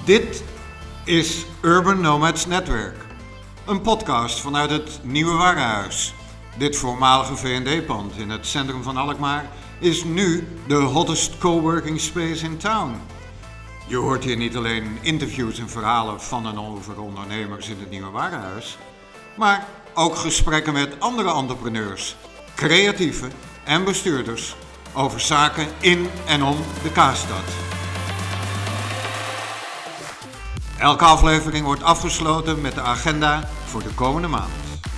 Dit is Urban Nomads Netwerk, een podcast vanuit het Nieuwe Warenhuis. Dit voormalige V&D-pand in het centrum van Alkmaar is nu de hottest coworking space in town. Je hoort hier niet alleen interviews en verhalen van en over ondernemers in het Nieuwe Warenhuis, maar ook gesprekken met andere entrepreneurs, creatieven en bestuurders over zaken in en om de Kaasstad. Elke aflevering wordt afgesloten met de agenda voor de komende maand.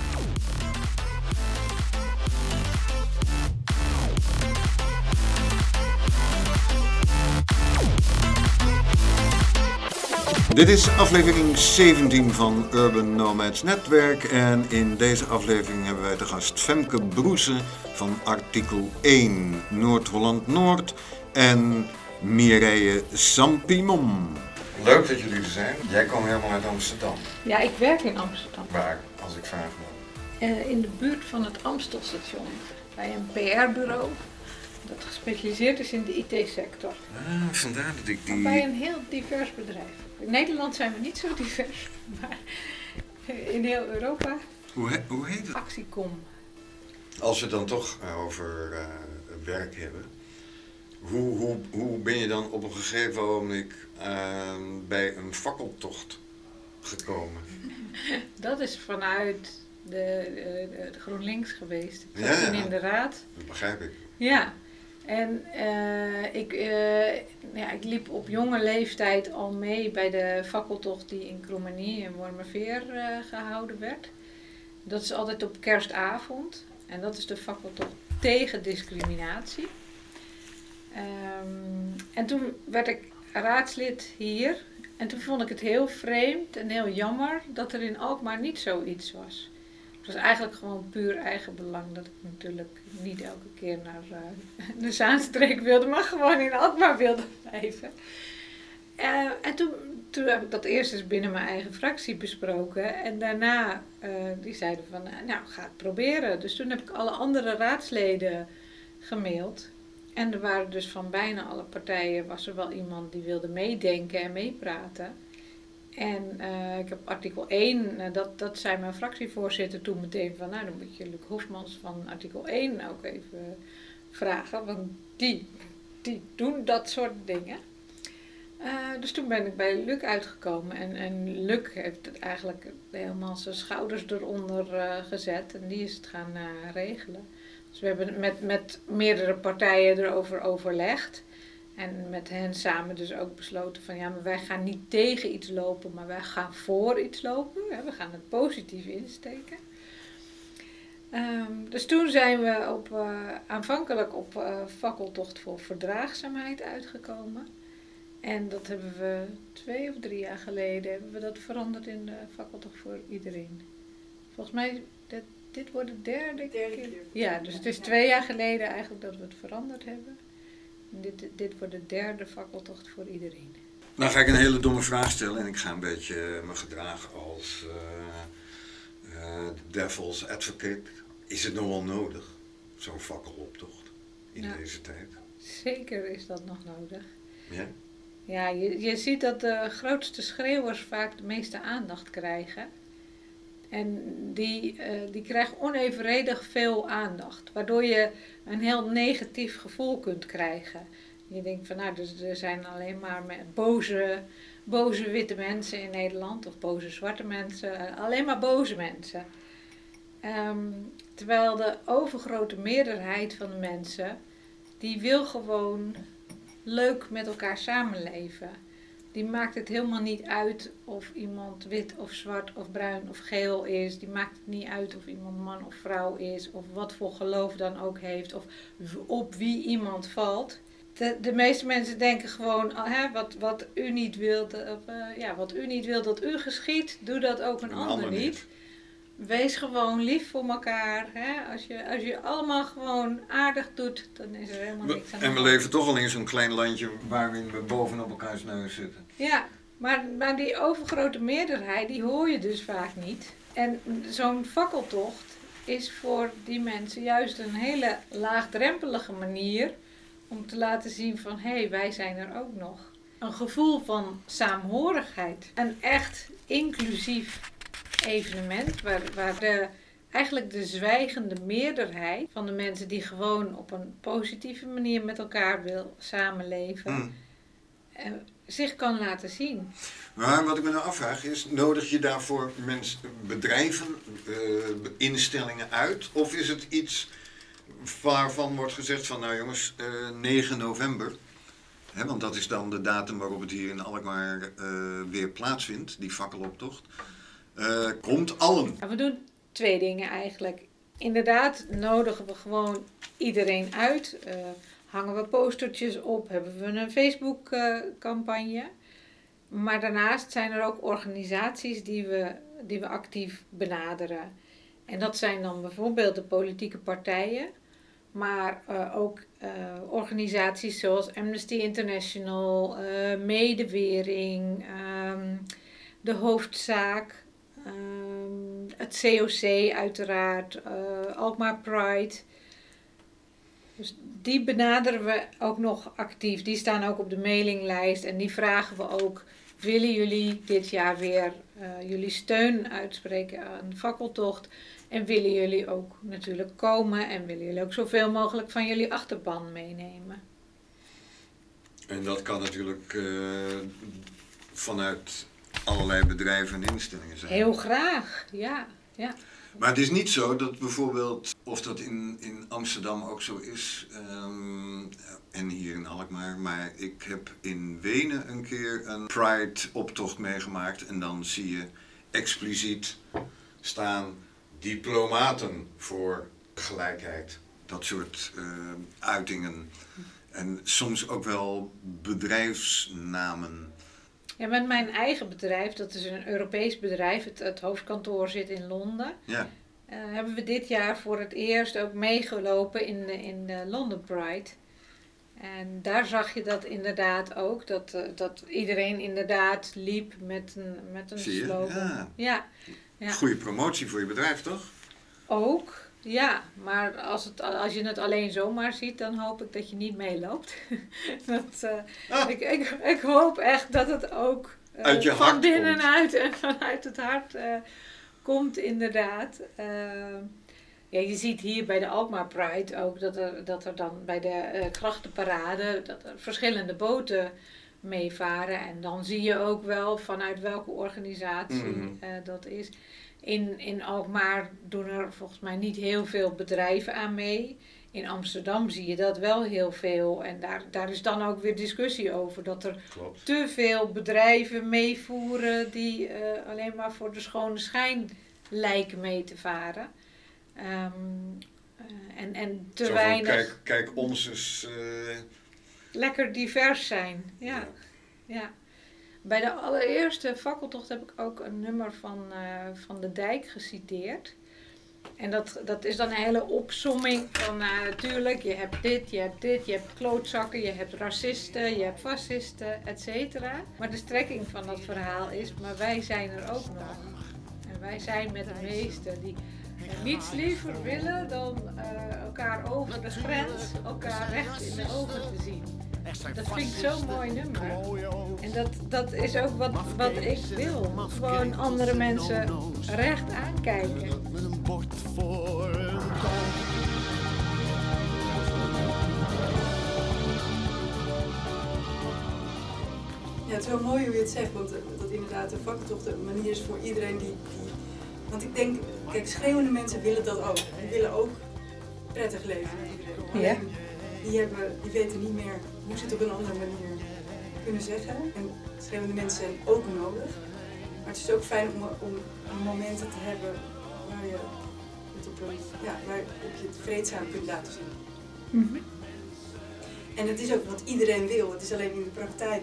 Dit is aflevering 17 van Urban Nomads Netwerk en in deze aflevering hebben wij te gast Femke Broese van Artikel 1 Noord-Holland Noord en Mireille Sampimon. Leuk dat jullie er zijn. Jij komt helemaal uit Amsterdam. Ja, ik werk in Amsterdam. Waar, als ik vraag mag? In de buurt van het Amstelstation. Bij een PR-bureau dat gespecialiseerd is in de IT-sector. Vandaar dat ik die... Bij een heel divers bedrijf. In Nederland zijn we niet zo divers, maar in heel Europa. Hoe heet het? Actiecom. Als we het dan toch over werk hebben. Hoe ben je dan op een gegeven moment bij een fakkeltocht gekomen? Dat is vanuit de GroenLinks geweest. Ik zat toen in de raad. Dat begrijp ik. Ja, en ik liep op jonge leeftijd al mee bij de fakkeltocht die in Krommenie in Wormerveer gehouden werd. Dat is altijd op kerstavond en dat is de fakkeltocht tegen discriminatie. En toen werd ik raadslid hier en toen vond ik het heel vreemd en heel jammer dat er in Alkmaar niet zoiets was. Het was eigenlijk gewoon puur eigenbelang dat ik natuurlijk niet elke keer naar de Zaanstreek wilde, maar gewoon in Alkmaar wilde blijven. En toen heb ik dat eerst eens binnen mijn eigen fractie besproken en daarna die zeiden van ga het proberen. Dus toen heb ik alle andere raadsleden gemaild. En er waren dus van bijna alle partijen, was er wel iemand die wilde meedenken en meepraten. En ik heb artikel 1, dat zei mijn fractievoorzitter toen meteen van, dan moet je Luc Hofmans van artikel 1 ook even vragen, want die doen dat soort dingen. Dus toen ben ik bij Luc uitgekomen en Luc heeft het eigenlijk helemaal zijn schouders eronder gezet en die is het gaan regelen. Dus we hebben met meerdere partijen erover overlegd. En met hen samen dus ook besloten van maar wij gaan niet tegen iets lopen, maar wij gaan voor iets lopen. We gaan het positief insteken. Dus toen zijn we aanvankelijk op fakkeltocht voor verdraagzaamheid uitgekomen. En dat hebben we 2 of 3 jaar geleden hebben we dat veranderd in de fakkeltocht voor iedereen. Volgens mij dit wordt de derde keer. Ja, dus het is 2 jaar geleden eigenlijk dat we het veranderd hebben. Dit wordt de derde fakkeltocht voor iedereen. Nou ga ik een hele domme vraag stellen en ik ga een beetje me gedragen als devil's advocate. Is het nog wel nodig, zo'n fakkeloptocht in deze tijd? Zeker is dat nog nodig. Ja? Ja, je ziet dat de grootste schreeuwers vaak de meeste aandacht krijgen. En die krijgen onevenredig veel aandacht, waardoor je een heel negatief gevoel kunt krijgen. Je denkt van dus er zijn alleen maar boze witte mensen in Nederland of boze zwarte mensen, alleen maar boze mensen. Terwijl de overgrote meerderheid van de mensen, die wil gewoon leuk met elkaar samenleven. Die maakt het helemaal niet uit of iemand wit of zwart of bruin of geel is. Die maakt het niet uit of iemand man of vrouw is. Of wat voor geloof dan ook heeft. Of op wie iemand valt. De meeste mensen denken gewoon, wat u niet wilt, wat u niet wilt dat u geschiet, doe dat ook een ander niet. Wees gewoon lief voor elkaar. Als je allemaal gewoon aardig doet, dan is er helemaal niks aan de hand. En we leven toch al in zo'n klein landje waarin we bovenop elkaars neus zitten. Ja, maar die overgrote meerderheid, die hoor je dus vaak niet. En zo'n fakkeltocht is voor die mensen juist een hele laagdrempelige manier om te laten zien van wij zijn er ook nog. een gevoel van saamhorigheid. Een echt inclusief evenement waar eigenlijk de zwijgende meerderheid van de mensen die gewoon op een positieve manier met elkaar wil samenleven, zich kan laten zien. Maar wat ik me nou afvraag is, nodig je daarvoor bedrijven, instellingen uit? Of is het iets waarvan wordt gezegd van, nou jongens, 9 november... want dat is dan de datum waarop het hier in Alkmaar weer plaatsvindt, die fakkeloptocht. Komt allen. We doen 2 dingen eigenlijk. Inderdaad nodigen we gewoon iedereen uit. Hangen we postertjes op, hebben we een Facebook campagne. Maar daarnaast zijn er ook organisaties die we actief benaderen. En dat zijn dan bijvoorbeeld de politieke partijen. Maar ook organisaties zoals Amnesty International, Medewering, de Hoofdzaak, het COC uiteraard, Alkmaar Pride. Dus die benaderen we ook nog actief. Die staan ook op de mailinglijst en die vragen we ook: willen jullie dit jaar weer jullie steun uitspreken aan de fakkeltocht? En willen jullie ook natuurlijk komen en willen jullie ook zoveel mogelijk van jullie achterban meenemen? En dat kan natuurlijk vanuit allerlei bedrijven en instellingen zijn. Heel graag, ja. Maar het is niet zo dat bijvoorbeeld, of dat in Amsterdam ook zo is, en hier in Alkmaar, maar ik heb in Wenen een keer een Pride-optocht meegemaakt en dan zie je expliciet staan diplomaten voor gelijkheid. Dat soort uitingen. En soms ook wel bedrijfsnamen. Ja, met mijn eigen bedrijf, dat is een Europees bedrijf, het hoofdkantoor zit in Londen. Ja. Hebben we dit jaar voor het eerst ook meegelopen in de London Pride. En daar zag je dat inderdaad ook, dat iedereen inderdaad liep met een slogan. Ja. Goede promotie voor je bedrijf, toch? Ook, ja. Maar als je het alleen zomaar ziet, dan hoop ik dat je niet meeloopt. Ik hoop echt dat het ook van binnenuit en vanuit het hart komt, inderdaad. Je ziet hier bij de Alkmaar Pride ook dat er dan bij de krachtenparade dat er verschillende boten meevaren. En dan zie je ook wel vanuit welke organisatie dat is. In Alkmaar doen er volgens mij niet heel veel bedrijven aan mee. In Amsterdam zie je dat wel heel veel. En daar is dan ook weer discussie over. Dat er te veel bedrijven meevoeren die alleen maar voor de schone schijn lijken mee te varen. En te weinig... Kijk, ons is... lekker divers zijn, ja. Bij de allereerste fakkeltocht heb ik ook een nummer van de Dijk geciteerd. En dat is dan een hele opsomming van natuurlijk, je hebt dit, je hebt klootzakken, je hebt racisten, je hebt fascisten, et cetera. Maar de strekking van dat verhaal is, maar wij zijn er ook nog. En wij zijn met de meesten die niets liever willen dan elkaar over de grens, elkaar recht in de ogen te zien. Dat vind ik zo'n mooi nummer. En dat is ook wat ik wil. Gewoon andere mensen recht aankijken. Ja, het is wel mooi hoe je het zegt, want dat inderdaad de fakkeltocht een manier is voor iedereen die... Want ik denk, kijk, schreeuwende mensen willen dat ook. Die willen ook prettig leven met iedereen. Ja. Die weten niet meer hoe ze het op een andere manier kunnen zeggen. En schreeuwende mensen zijn ook nodig. Maar het is ook fijn om momenten te hebben waar je het vreedzaam kunt laten zien. Mm-hmm. En het is ook wat iedereen wil. Het is alleen in de praktijk.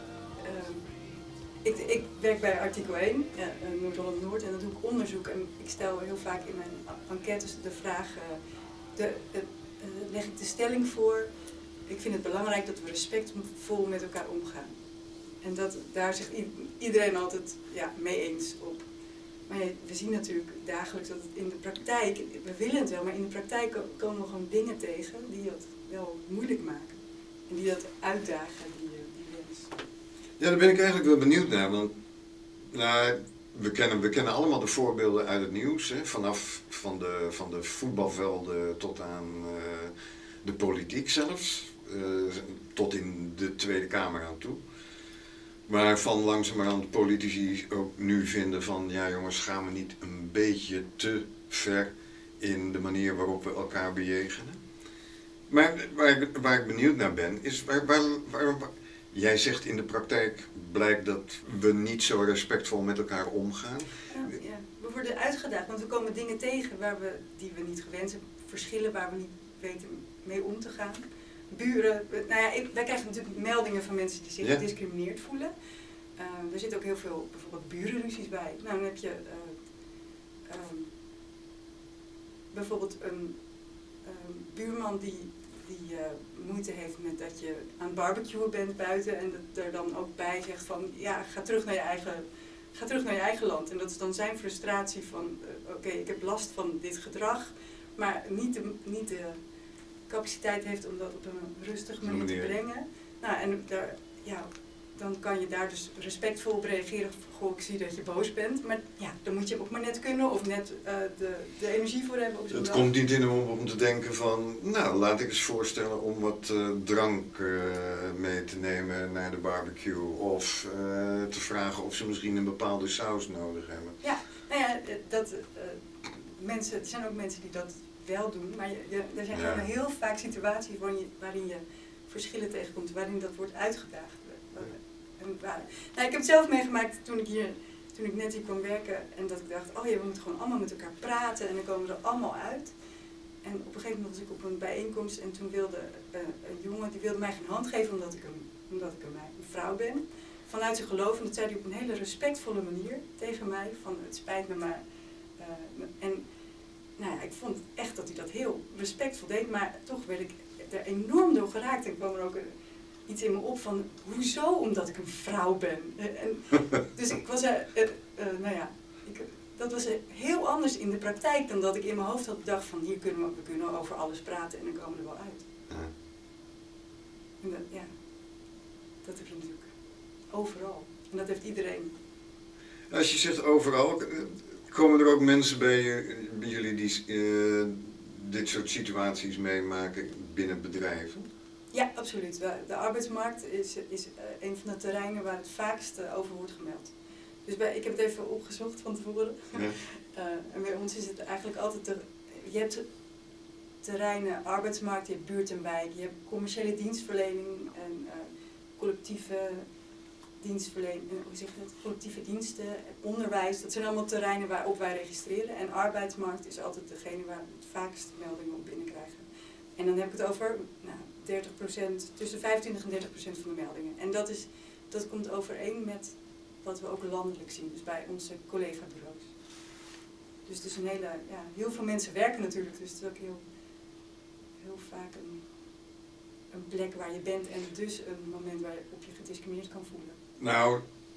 Ik werk bij Artikel 1, Noord-Holland-Noord, en dat doe ik onderzoek. En ik stel heel vaak in mijn enquêtes de vraag, leg ik de stelling voor. Ik vind het belangrijk dat we respectvol met elkaar omgaan. En daar zegt iedereen altijd mee eens op. Maar we zien natuurlijk dagelijks dat het in de praktijk, we willen het wel, maar in de praktijk komen we gewoon dingen tegen die het wel moeilijk maken. En die dat uitdagen, die wens. Ja, daar ben ik eigenlijk wel benieuwd naar. Want we kennen allemaal de voorbeelden uit het nieuws. Hè? Vanaf van de voetbalvelden tot aan de politiek zelfs. Tot in de Tweede Kamer aan toe. Waarvan langzamerhand politici ook nu vinden van... ja jongens, gaan we niet een beetje te ver in de manier waarop we elkaar bejegenen? Maar waar ik benieuwd naar ben, is... Jij zegt in de praktijk blijkt dat we niet zo respectvol met elkaar omgaan. Ja. We worden uitgedaagd, want we komen dingen tegen die we niet gewend zijn. Verschillen waar we niet weten mee om te gaan. Buren, wij krijgen natuurlijk meldingen van mensen die zich gediscrimineerd voelen. Er zitten ook heel veel bijvoorbeeld burenruzies bij. Nou, dan heb je bijvoorbeeld een buurman die moeite heeft met dat je aan het barbecuen bent buiten en dat er dan ook bij zegt van ja, ga terug naar je eigen land. En dat is dan zijn frustratie van oké, ik heb last van dit gedrag, maar niet de capaciteit heeft om dat op een rustige manier te brengen. Nou, en dan kan je daar dus respectvol op reageren. Goh, ik zie dat je boos bent. Maar ja, dan moet je ook maar net kunnen of net de energie voor hebben. Het komt niet in hem om te denken van... nou, laat ik eens voorstellen om wat drank mee te nemen naar de barbecue. Of te vragen of ze misschien een bepaalde saus nodig hebben. Ja, er zijn ook mensen die dat wel doen. Maar er zijn gewoon heel vaak situaties waarin je verschillen tegenkomt. Waarin dat wordt uitgedaagd. Ik heb het zelf meegemaakt toen ik net hier kwam werken en dat ik dacht, oh ja, we moeten gewoon allemaal met elkaar praten en dan komen we er allemaal uit. En op een gegeven moment was ik op een bijeenkomst en toen wilde een jongen, die wilde mij geen hand geven omdat ik een vrouw ben. Vanuit zijn geloof, en dat zei hij op een hele respectvolle manier tegen mij, van het spijt me maar. Ik vond echt dat hij dat heel respectvol deed, maar toch werd ik er enorm door geraakt en kwam er ook iets in me op van, hoezo omdat ik een vrouw ben? Dus ik was dat was heel anders in de praktijk dan dat ik in mijn hoofd had bedacht van, we kunnen over alles praten en dan komen we er wel uit. Ja. En dat heb je natuurlijk overal. En dat heeft iedereen. Als je zegt overal, komen er ook mensen bij jullie die dit soort situaties meemaken binnen bedrijven? Ja, absoluut. De arbeidsmarkt is een van de terreinen waar het vaakst over wordt gemeld. Dus ik heb het even opgezocht van tevoren. Ja. En bij ons is het eigenlijk altijd... Je hebt terreinen, arbeidsmarkt, je hebt buurt en wijk, je hebt commerciële dienstverlening en collectieve dienstverlening, collectieve diensten, onderwijs. Dat zijn allemaal terreinen waarop wij registreren. En arbeidsmarkt is altijd degene waar we het vaakst meldingen op binnenkrijgen. En dan heb ik het over 30%, tussen 25% en 30% van de meldingen. En dat komt overeen met wat we ook landelijk zien, dus bij onze collega-bureaus. Dus het is heel veel mensen werken natuurlijk, dus het is ook heel vaak een plek waar je bent en dus een moment waarop je gediscrimineerd kan voelen. Nou,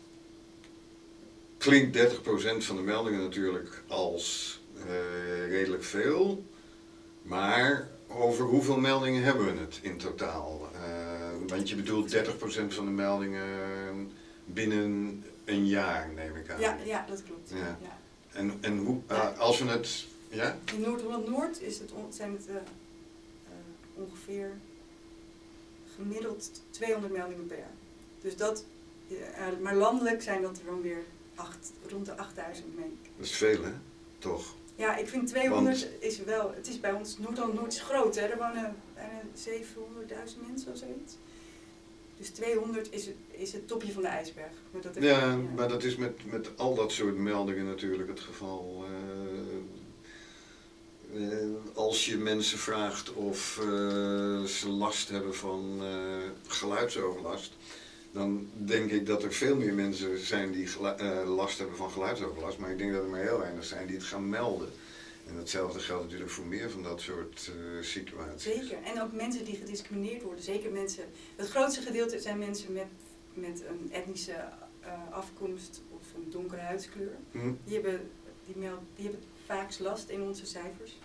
klinkt 30% van de meldingen natuurlijk als redelijk veel, maar over hoeveel meldingen hebben we het in totaal? Want je bedoelt 30% van de meldingen binnen een jaar, neem ik aan. Ja, dat klopt. Ja. Ja. En hoe, als we het... Ja? In Noord-Holland-Noord zijn het ongeveer gemiddeld 200 meldingen per jaar. Dus maar landelijk zijn dat er dan weer rond de 8000, meen ik. Dat is veel, hè? Toch? Ja, ik vind 200 is wel... Het is bij ons... Noord-Holland-Noord is groot, hè? Er wonen bijna 700.000 mensen of zoiets. Dus 200 is het topje van de ijsberg. Maar maar dat is met al dat soort meldingen natuurlijk het geval. Als je mensen vraagt of ze last hebben van geluidsoverlast, dan denk ik dat er veel meer mensen zijn die last hebben van geluidsoverlast. Maar ik denk dat er maar heel weinig zijn die het gaan melden. En datzelfde geldt natuurlijk voor meer van dat soort situaties. Zeker. En ook mensen die gediscrimineerd worden. Zeker mensen... Het grootste gedeelte zijn mensen met een etnische afkomst of een donkere huidskleur. Die hebben vaak last in onze cijfers.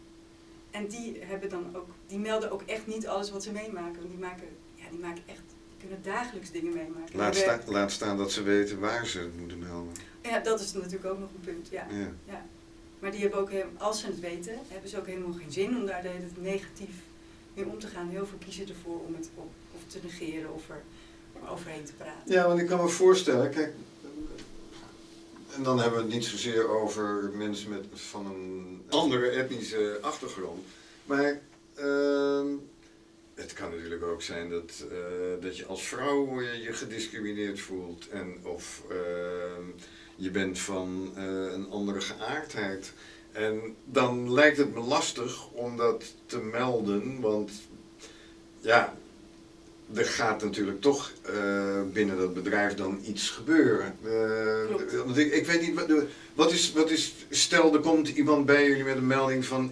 En die melden ook echt niet alles wat ze meemaken. Want die maken echt kunnen dagelijks dingen meemaken. Laat staan dat ze weten waar ze het moeten melden. Ja, dat is natuurlijk ook nog een punt, ja. Ja. Maar die hebben ook, als ze het weten, hebben ze ook helemaal geen zin om daar de hele tijd negatief mee om te gaan. Heel veel kiezen ervoor om het of te negeren of er overheen te praten. Ja, want ik kan me voorstellen, kijk, en dan hebben we het niet zozeer over mensen van een andere etnische achtergrond. Maar het kan natuurlijk ook zijn dat je als vrouw je gediscrimineerd voelt of je bent van een andere geaardheid. En dan lijkt het me lastig om dat te melden, want ja, er gaat natuurlijk toch binnen dat bedrijf dan iets gebeuren. Want ik weet niet, wat is, stel er komt iemand bij jullie met een melding van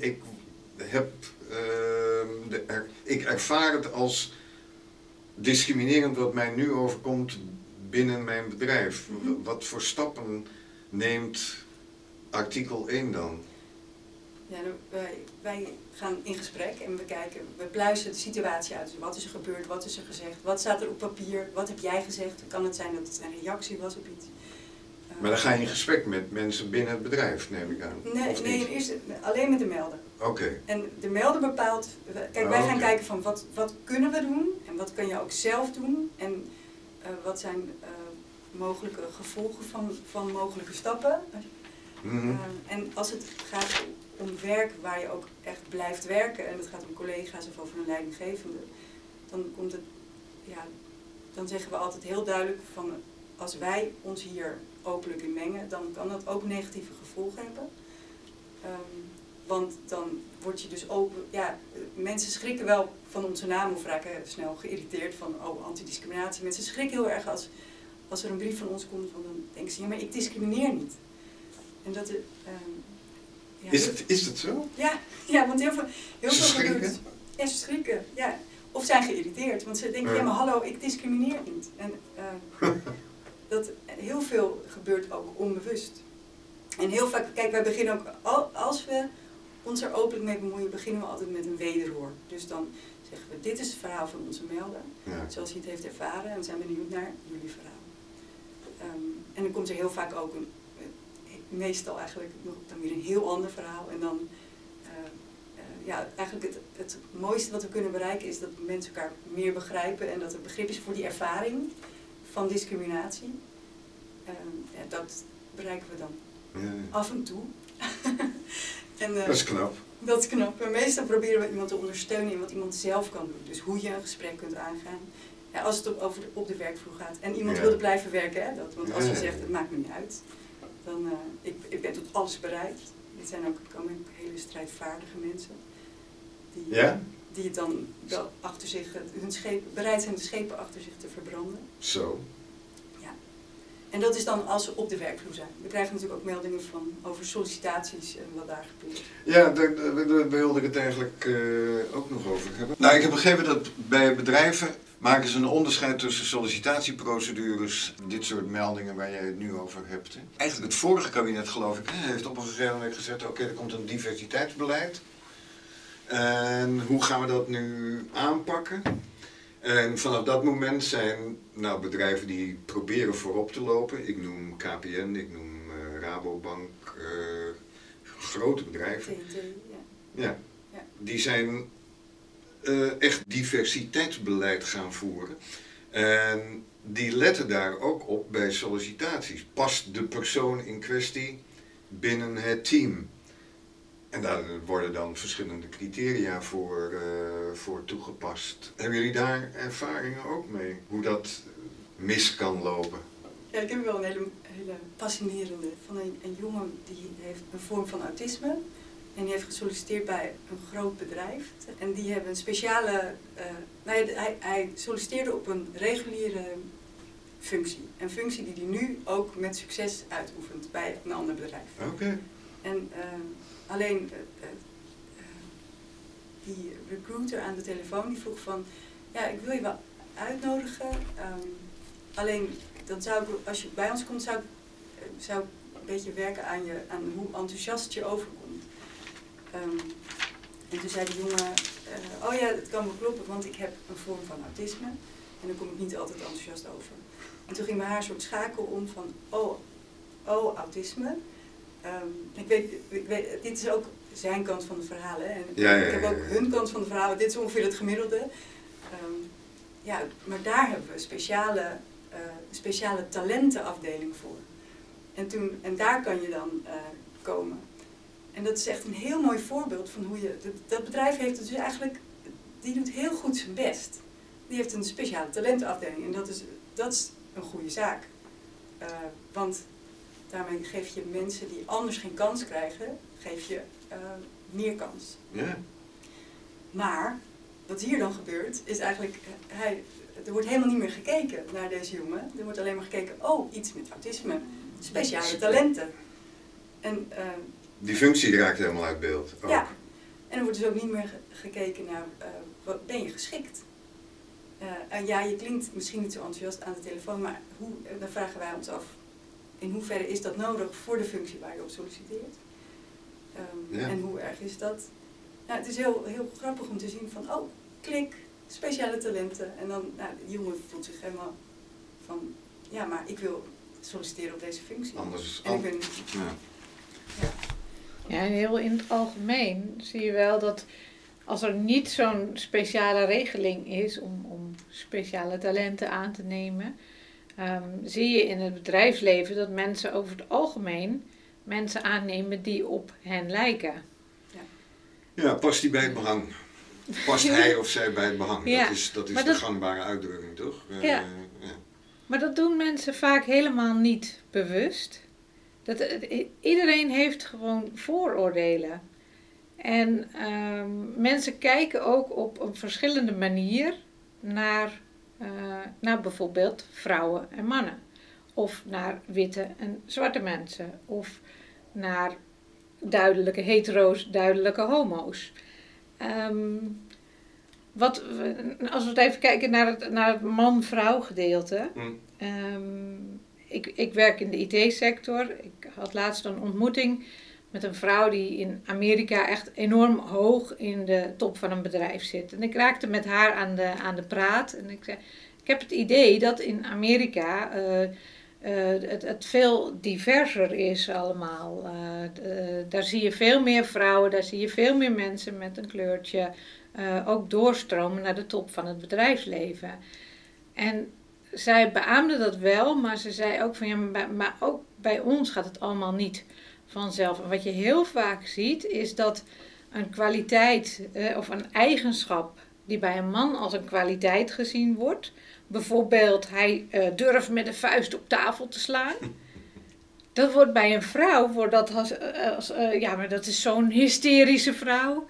ik ervaar het als discriminerend wat mij nu overkomt binnen mijn bedrijf. Wat voor stappen neemt artikel 1 dan? Ja, wij gaan in gesprek en we pluizen de situatie uit. Dus wat is er gebeurd, wat is er gezegd, wat staat er op papier, wat heb jij gezegd? Kan het zijn dat het een reactie was op iets? Maar dan ga je in gesprek met mensen binnen het bedrijf, neem ik aan. Nee, eerst alleen met de melder. Oké. En de melder bepaalt, kijk, wij gaan kijken van wat kunnen we doen en wat kan je ook zelf doen en wat zijn mogelijke gevolgen van mogelijke stappen. En als het gaat om werk waar je ook echt blijft werken en het gaat om collega's of over een leidinggevende, dan zeggen we altijd heel duidelijk van als wij ons hier openlijk in mengen, dan kan dat ook negatieve gevolgen hebben. Want dan word je dus open, mensen schrikken wel van onze naam of raken snel geïrriteerd van antidiscriminatie. Mensen schrikken heel erg als er een brief van ons komt, want dan denken ze, ja, maar ik discrimineer niet. En dat is het zo? Ja, want heel veel schrikken? gebeurt. Ja, ze schrikken, ja. Of zijn geïrriteerd, want ze denken, ja maar hallo, ik discrimineer niet. En dat heel veel gebeurt ook onbewust. En heel vaak, kijk, wij beginnen ook, als we ons er openlijk mee bemoeien, beginnen we altijd met een wederhoor. Dus dan zeggen we, dit is het verhaal van onze melder, zoals hij het heeft ervaren, en we zijn benieuwd naar jullie verhaal. En dan komt er heel vaak ook meestal eigenlijk nog dan weer een heel ander verhaal. En dan, eigenlijk het mooiste wat we kunnen bereiken is dat mensen elkaar meer begrijpen en dat er begrip is voor die ervaring van discriminatie. Dat bereiken we dan af en toe. En, dat is knap. Dat is knap. En meestal proberen we iemand te ondersteunen in wat iemand zelf kan doen. Dus hoe je een gesprek kunt aangaan. Ja, als het op de werkvloer gaat. En iemand wilde blijven werken. Hè, want als je zegt, het maakt me niet uit. Dan, ik ben tot alles bereid. Dit zijn ook hele strijdvaardige mensen. Die het dan wel achter zich, bereid zijn de schepen achter zich te verbranden. Zo. Ja. En dat is dan als ze op de werkvloer zijn. We krijgen natuurlijk ook meldingen over sollicitaties en wat daar gebeurt. Ja, daar wilde ik het eigenlijk ook nog over hebben. Nou, ik heb begrepen dat bij bedrijven maken ze een onderscheid tussen sollicitatieprocedures, dit soort meldingen waar jij het nu over hebt. Hè. Eigenlijk het vorige kabinet, geloof ik, heeft op een gegeven moment gezegd, oké, er komt een diversiteitsbeleid. En hoe gaan we dat nu aanpakken? En vanaf dat moment zijn bedrijven die proberen voorop te lopen. Ik noem KPN, ik noem Rabobank, grote bedrijven. TNT, ja. Die zijn echt diversiteitsbeleid gaan voeren. En die letten daar ook op bij sollicitaties. Past de persoon in kwestie binnen het team? En daar worden dan verschillende criteria voor toegepast. Hebben jullie daar ervaringen ook mee? Hoe dat mis kan lopen? Ja, ik heb wel een hele fascinerende van een jongen die heeft een vorm van autisme. En die heeft gesolliciteerd bij een groot bedrijf. En die hebben een speciale... hij solliciteerde op een reguliere functie. Een functie die hij nu ook met succes uitoefent bij een ander bedrijf. Oké. En alleen die recruiter aan de telefoon die vroeg van... Ja, ik wil je wel uitnodigen. Alleen dan zou ik, als je bij ons komt, zou ik een beetje werken aan hoe enthousiast je overkomt. En toen zei de jongen, oh ja, dat kan wel kloppen, want ik heb een vorm van autisme. En dan kom ik niet altijd enthousiast over. En toen ging bij haar een soort schakel om van, oh autisme. Ik weet, dit is ook zijn kant van de verhalen. En ik heb ook hun kant van de verhalen. Dit is ongeveer het gemiddelde. Maar daar hebben we speciale talentenafdeling voor. En daar kan je dan komen. En dat is echt een heel mooi voorbeeld van hoe je... Dat bedrijf heeft dus eigenlijk... Die doet heel goed zijn best. Die heeft een speciale talentenafdeling. En dat is een goede zaak. Want daarmee geef je mensen die anders geen kans krijgen... geef je meer kans. Ja. Maar wat hier dan gebeurt, is eigenlijk... Er wordt helemaal niet meer gekeken naar deze jongen. Er wordt alleen maar gekeken... iets met autisme. Speciale talenten. En... die functie raakt helemaal uit beeld. Ook. Ja, en er wordt dus ook niet meer gekeken naar, wat ben je geschikt? Je klinkt misschien niet zo enthousiast aan de telefoon, maar dan vragen wij ons af, in hoeverre is dat nodig voor de functie waar je op solliciteert? En hoe erg is dat? Nou, het is heel, heel grappig om te zien van, klik, speciale talenten. En dan, die jongen voelt zich helemaal van, maar ik wil solliciteren op deze functie. Anders. En ik ben... Ja, en heel in het algemeen zie je wel dat als er niet zo'n speciale regeling is om speciale talenten aan te nemen, zie je in het bedrijfsleven dat mensen over het algemeen mensen aannemen die op hen lijken. Ja, past die bij het behang? Past hij of zij bij het behang? Ja. Dat is de gangbare uitdrukking, toch? Ja. Maar dat doen mensen vaak helemaal niet bewust. Iedereen heeft gewoon vooroordelen. En mensen kijken ook op een verschillende manier naar bijvoorbeeld vrouwen en mannen. Of naar witte en zwarte mensen. Of naar duidelijke hetero's, duidelijke homo's. Als we even kijken naar het man-vrouw gedeelte. Ik werk in de IT-sector. Ik had laatst een ontmoeting met een vrouw die in Amerika echt enorm hoog in de top van een bedrijf zit. En ik raakte met haar aan de praat. En ik zei, ik heb het idee dat in Amerika het veel diverser is allemaal. Daar zie je veel meer vrouwen, daar zie je veel meer mensen met een kleurtje ook doorstromen naar de top van het bedrijfsleven. En zij beaamde dat wel, maar ze zei ook van maar ook bij ons gaat het allemaal niet vanzelf. En wat je heel vaak ziet is dat een kwaliteit of een eigenschap die bij een man als een kwaliteit gezien wordt, bijvoorbeeld hij durft met de vuist op tafel te slaan. Dat wordt bij een vrouw, maar dat is zo'n hysterische vrouw,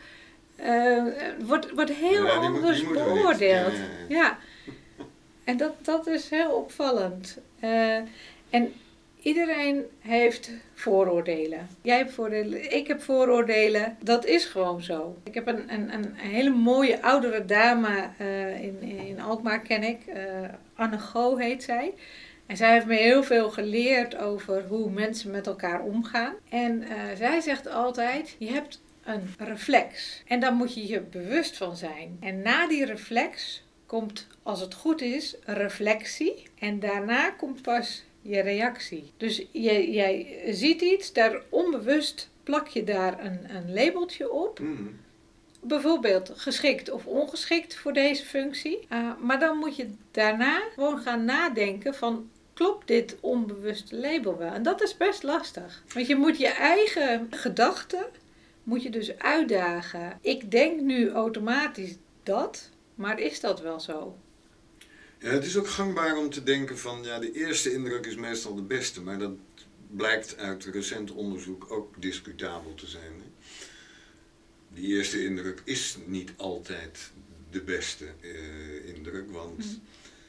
wordt heel anders beoordeeld. Ja. En dat is heel opvallend. En iedereen heeft vooroordelen. Jij hebt vooroordelen, ik heb vooroordelen. Dat is gewoon zo. Ik heb een hele mooie oudere dame in Alkmaar, ken ik. Anne Go heet zij. En zij heeft me heel veel geleerd over hoe mensen met elkaar omgaan. En zij zegt altijd, je hebt een reflex. En daar moet je je bewust van zijn. En na die reflex komt, als het goed is, reflectie. En daarna komt pas je reactie. Dus jij ziet iets, daar onbewust plak je daar een labeltje op. Mm. Bijvoorbeeld geschikt of ongeschikt voor deze functie. Maar dan moet je daarna gewoon gaan nadenken van, klopt dit onbewuste label wel? En dat is best lastig. Want je moet je eigen gedachten moet je dus uitdagen. Ik denk nu automatisch dat, maar is dat wel zo? Ja, het is ook gangbaar om te denken van, de eerste indruk is meestal de beste, maar dat blijkt uit recent onderzoek ook discutabel te zijn. Hè? Die eerste indruk is niet altijd de beste indruk, want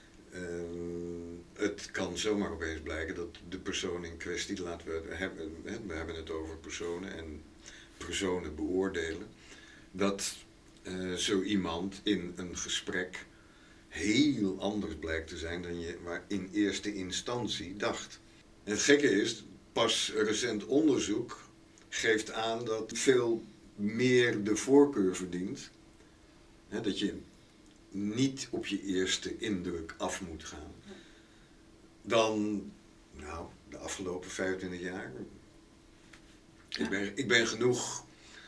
het kan zomaar opeens blijken dat de persoon in kwestie, we hebben het over personen en personen beoordelen, dat zo iemand in een gesprek heel anders blijkt te zijn dan je maar in eerste instantie dacht. En het gekke is, pas recent onderzoek geeft aan dat veel meer de voorkeur verdient. Dat je niet op je eerste indruk af moet gaan, dan, de afgelopen 25 jaar, ik ben genoeg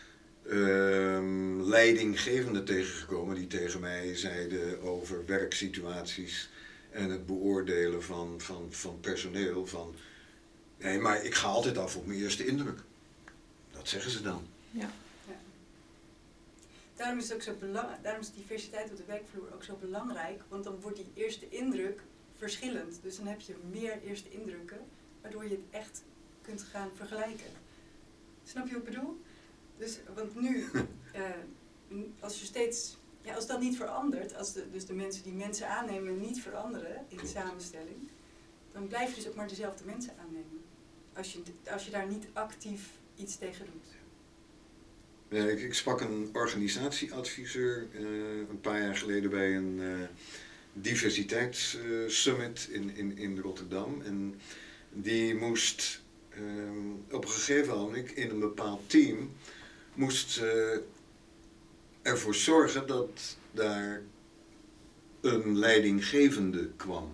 leidinggevenden tegengekomen die tegen mij zeiden over werksituaties en het beoordelen van personeel, nee, maar ik ga altijd af op mijn eerste indruk. Dat zeggen ze dan. Ja. Daarom is het ook zo belangrijk, daarom is diversiteit op de werkvloer ook zo belangrijk, want dan wordt die eerste indruk verschillend. Dus dan heb je meer eerste indrukken, waardoor je het echt kunt gaan vergelijken. Snap je wat ik bedoel? Dus, want nu, als je steeds, als dat niet verandert, als dus de mensen die mensen aannemen niet veranderen in de samenstelling, dan blijf je dus ook maar dezelfde mensen aannemen. Als je daar niet actief iets tegen doet. Ja, ik sprak een organisatieadviseur een paar jaar geleden bij een diversiteitssummit in Rotterdam. En die moest op een gegeven moment in een bepaald team ervoor zorgen dat daar een leidinggevende kwam.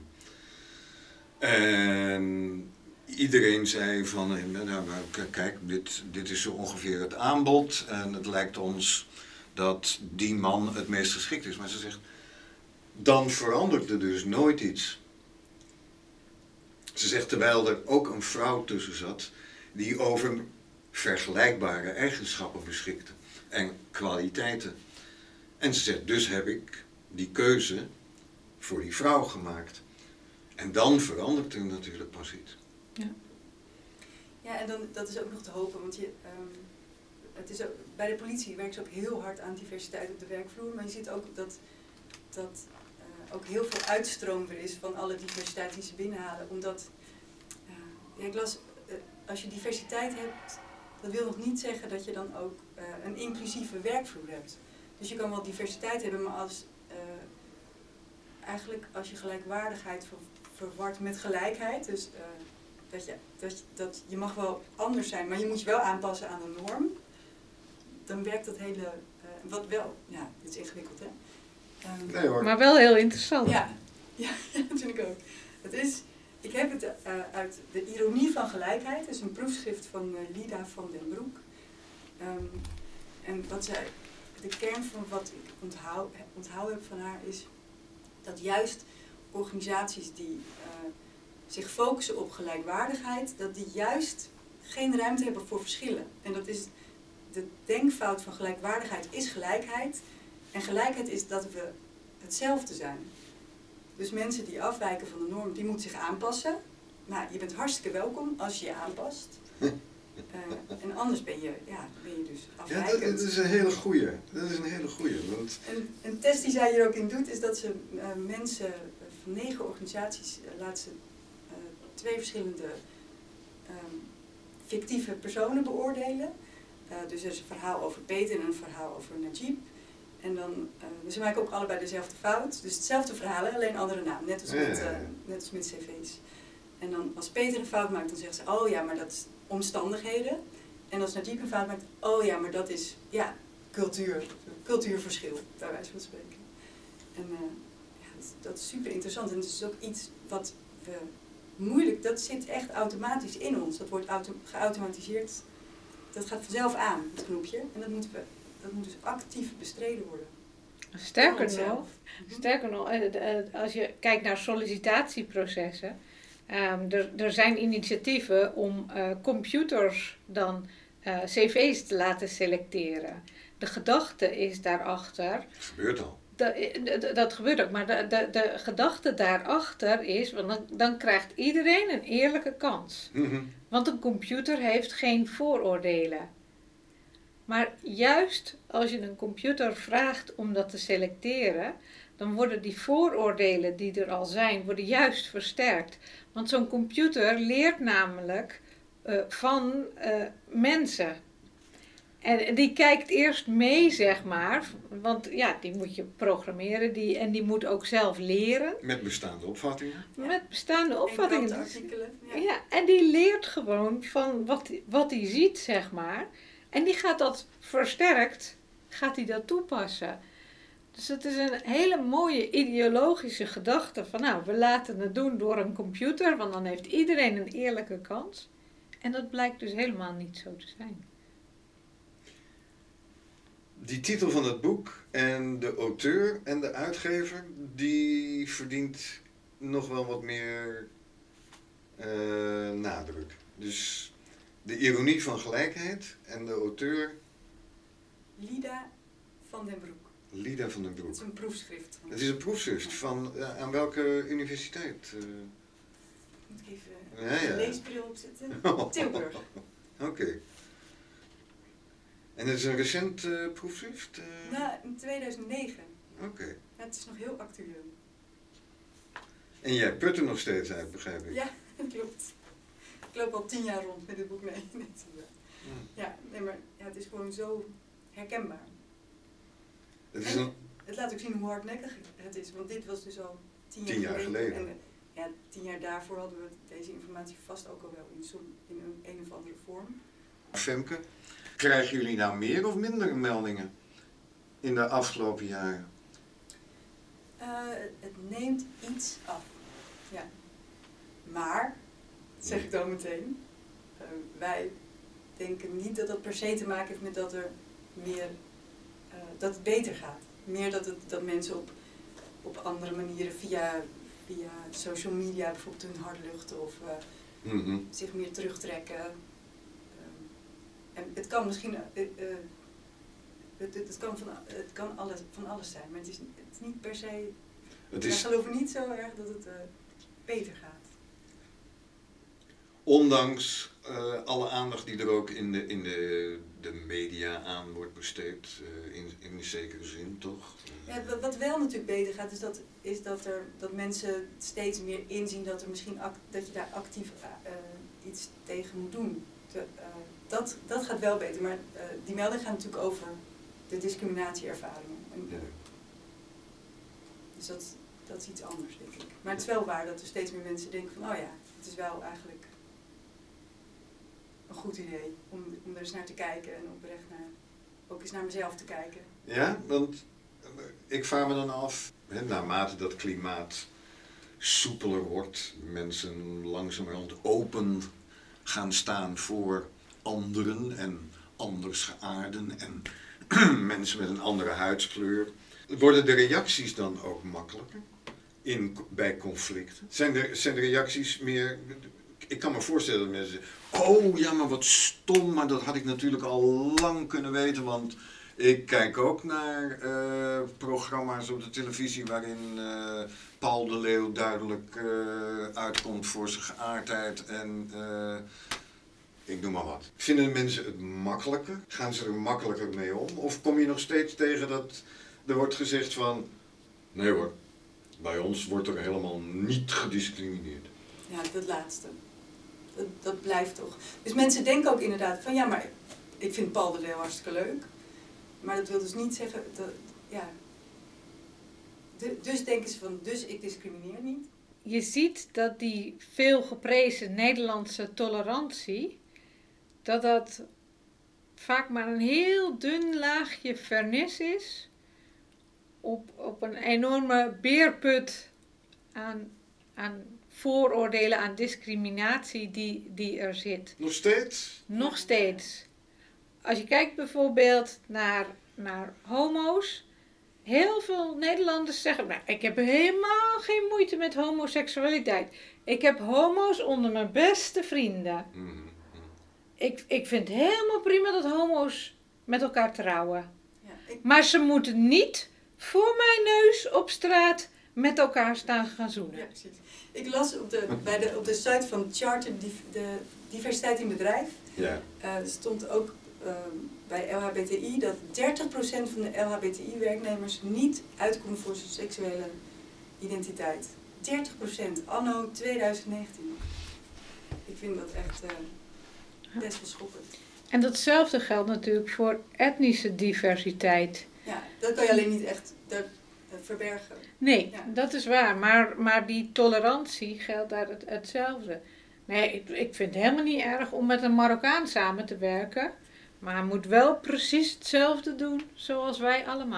En iedereen zei van, kijk, dit is zo ongeveer het aanbod en het lijkt ons dat die man het meest geschikt is. Maar ze zegt, dan verandert er dus nooit iets. Ze zegt, terwijl er ook een vrouw tussen zat die over vergelijkbare eigenschappen beschikte en kwaliteiten. En ze zegt, dus heb ik die keuze voor die vrouw gemaakt. En dan verandert er natuurlijk pas iets. Ja, en dan, dat is ook nog te hopen, want het is ook, bij de politie werkt ze ook heel hard aan diversiteit op de werkvloer, maar je ziet ook dat ook heel veel uitstroom er is van alle diversiteit die ze binnenhalen. Omdat, ik las, als je diversiteit hebt, dat wil nog niet zeggen dat je dan ook een inclusieve werkvloer hebt. Dus je kan wel diversiteit hebben, maar eigenlijk als je gelijkwaardigheid verwart met gelijkheid, dus dat je mag wel anders zijn, maar je moet je wel aanpassen aan de norm, dan werkt dat hele, dit is ingewikkeld hè. Nee hoor. Maar wel heel interessant. Ja, dat vind ik ook. Ik heb het uit De Ironie van Gelijkheid, dat is een proefschrift van Lida van den Broek. En de kern van wat ik onthouden heb van haar is dat juist organisaties die zich focussen op gelijkwaardigheid, dat die juist geen ruimte hebben voor verschillen. En dat is de denkfout van gelijkwaardigheid is gelijkheid. En gelijkheid is dat we hetzelfde zijn. Dus mensen die afwijken van de norm, die moeten zich aanpassen. Nou, je bent hartstikke welkom als je je aanpast. En anders ben je dus afwijkend. Ja, dat is een hele goeie. Want Een test die zij hier ook in doet, is dat ze mensen van 9 organisaties laat ze 2 verschillende fictieve personen beoordelen. Dus er is een verhaal over Peter en een verhaal over Najib. En dan, ze maken ook allebei dezelfde fout. Dus hetzelfde verhaal, alleen andere naam. Net als met cv's. En dan als Peter een fout maakt, dan zegt ze, oh ja, maar dat is omstandigheden. En als Najib een fout maakt, oh ja, maar dat is cultuurverschil, bij wijze van spreken. En dat is super interessant. En het is ook iets wat we moeilijk, dat zit echt automatisch in ons. Dat wordt geautomatiseerd. Dat gaat vanzelf aan, het knopje. En dat moet dus actief bestreden worden. Sterker nog, als je kijkt naar sollicitatieprocessen, er zijn initiatieven om computers dan cv's te laten selecteren. De gedachte is daarachter. dat gebeurt al. Dat gebeurt ook, maar de gedachte daarachter is, want dan krijgt iedereen een eerlijke kans. Mm-hmm. Want een computer heeft geen vooroordelen. Maar juist als je een computer vraagt om dat te selecteren, dan worden die vooroordelen die er al zijn, worden juist versterkt. Want zo'n computer leert namelijk van mensen. En die kijkt eerst mee, zeg maar, want ja, die moet je programmeren en die moet ook zelf leren. Met bestaande opvattingen. Met bestaande opvattingen. Artikelen. Ja, en die leert gewoon van wat hij ziet, zeg maar. En die gaat dat versterkt, gaat hij dat toepassen. Dus het is een hele mooie ideologische gedachte van nou, we laten het doen door een computer, want dan heeft iedereen een eerlijke kans. En dat blijkt dus helemaal niet zo te zijn. Die titel van het boek en de auteur en de uitgever, die verdient nog wel wat meer nadruk. Dus de ironie van gelijkheid en de auteur... Lida van den Broek. Lida van den Broek. Het is een proefschrift. Het is een proefschrift van aan welke universiteit? Moet ik even een leesbril opzetten? Tilburg. Oké. En het is een recent proefschrift? Nou, in 2009. Oké. Ja, het is nog heel actueel. En jij put er nog steeds uit, begrijp ik? Ja, dat klopt. Ik loop al 10 jaar rond met dit boek mee. Ja, nee, maar ja, het is gewoon zo herkenbaar. Het laat ook zien hoe hardnekkig het is, want dit was dus al 10 jaar geleden. En ja, 10 jaar daarvoor hadden we deze informatie vast ook al wel in een of andere vorm. Femke, krijgen jullie nou meer of minder meldingen in de afgelopen jaren? Het neemt iets af. Ja. Maar, zeg ik dan meteen, wij denken niet dat dat per se te maken heeft met dat er meer, dat het beter gaat. Meer dat mensen op andere manieren via social media bijvoorbeeld hun hart luchten of zich meer terugtrekken. En het kan misschien, het kan van alles zijn, maar het is niet per se, wij geloven niet zo erg dat het beter gaat. Ondanks alle aandacht die er ook in de media aan wordt besteed, in zekere zin, toch? Ja, wat wel natuurlijk beter gaat, is dat mensen steeds meer inzien dat er misschien dat je daar actief iets tegen moet doen. Dat gaat wel beter, maar die melding gaat natuurlijk over de discriminatieervaringen. Ja. Dus dat is iets anders, denk ik. Maar het is wel waar dat er steeds meer mensen denken van, oh ja, het is wel eigenlijk een goed idee om er eens naar te kijken en oprecht ook eens naar mezelf te kijken. Ja, want ik vraag me dan af, naarmate dat klimaat soepeler wordt, mensen langzamerhand open gaan staan voor anderen en andersgeaarden en mensen met een andere huidskleur. Worden de reacties dan ook makkelijker bij conflicten? Zijn de reacties meer... Ik kan me voorstellen dat mensen zeggen, oh ja, maar wat stom, maar dat had ik natuurlijk al lang kunnen weten, want ik kijk ook naar programma's op de televisie waarin Paul de Leeuw duidelijk uitkomt voor zijn geaardheid en ik noem maar wat. Vinden mensen het makkelijker? Gaan ze er makkelijker mee om? Of kom je nog steeds tegen dat er wordt gezegd van, nee hoor, bij ons wordt er helemaal niet gediscrimineerd? Ja, dat laatste. Dat blijft toch. Dus mensen denken ook inderdaad van, ja, maar ik vind Paul de Leeuw hartstikke leuk. Maar dat wil dus niet zeggen, ja. Dus denken ze van, dus ik discrimineer niet. Je ziet dat die veel geprezen Nederlandse tolerantie, dat vaak maar een heel dun laagje vernis is op een enorme beerput aan vooroordelen, aan discriminatie die er zit. Nog steeds? Nog steeds. Als je kijkt bijvoorbeeld naar homo's. Heel veel Nederlanders zeggen, nou, ik heb helemaal geen moeite met homoseksualiteit. Ik heb homo's onder mijn beste vrienden. Ik vind het helemaal prima dat homo's met elkaar trouwen. Ja, maar ze moeten niet voor mijn neus op straat met elkaar staan gaan zoenen. Ja, precies. Ik las op de site van Charter de diversiteit in bedrijf. Ja. Stond ook bij LHBTI dat 30% van de LHBTI-werknemers niet uitkomt voor zijn seksuele identiteit. 30%, anno 2019. Ik vind dat echt best wel schokkend. En datzelfde geldt natuurlijk voor etnische diversiteit. Ja, dat kan je alleen niet echt verbergen. Nee, ja. Dat is waar. Maar die tolerantie geldt daar hetzelfde. Nee, ik vind het helemaal niet erg om met een Marokkaan samen te werken. Maar hij moet wel precies hetzelfde doen zoals wij allemaal.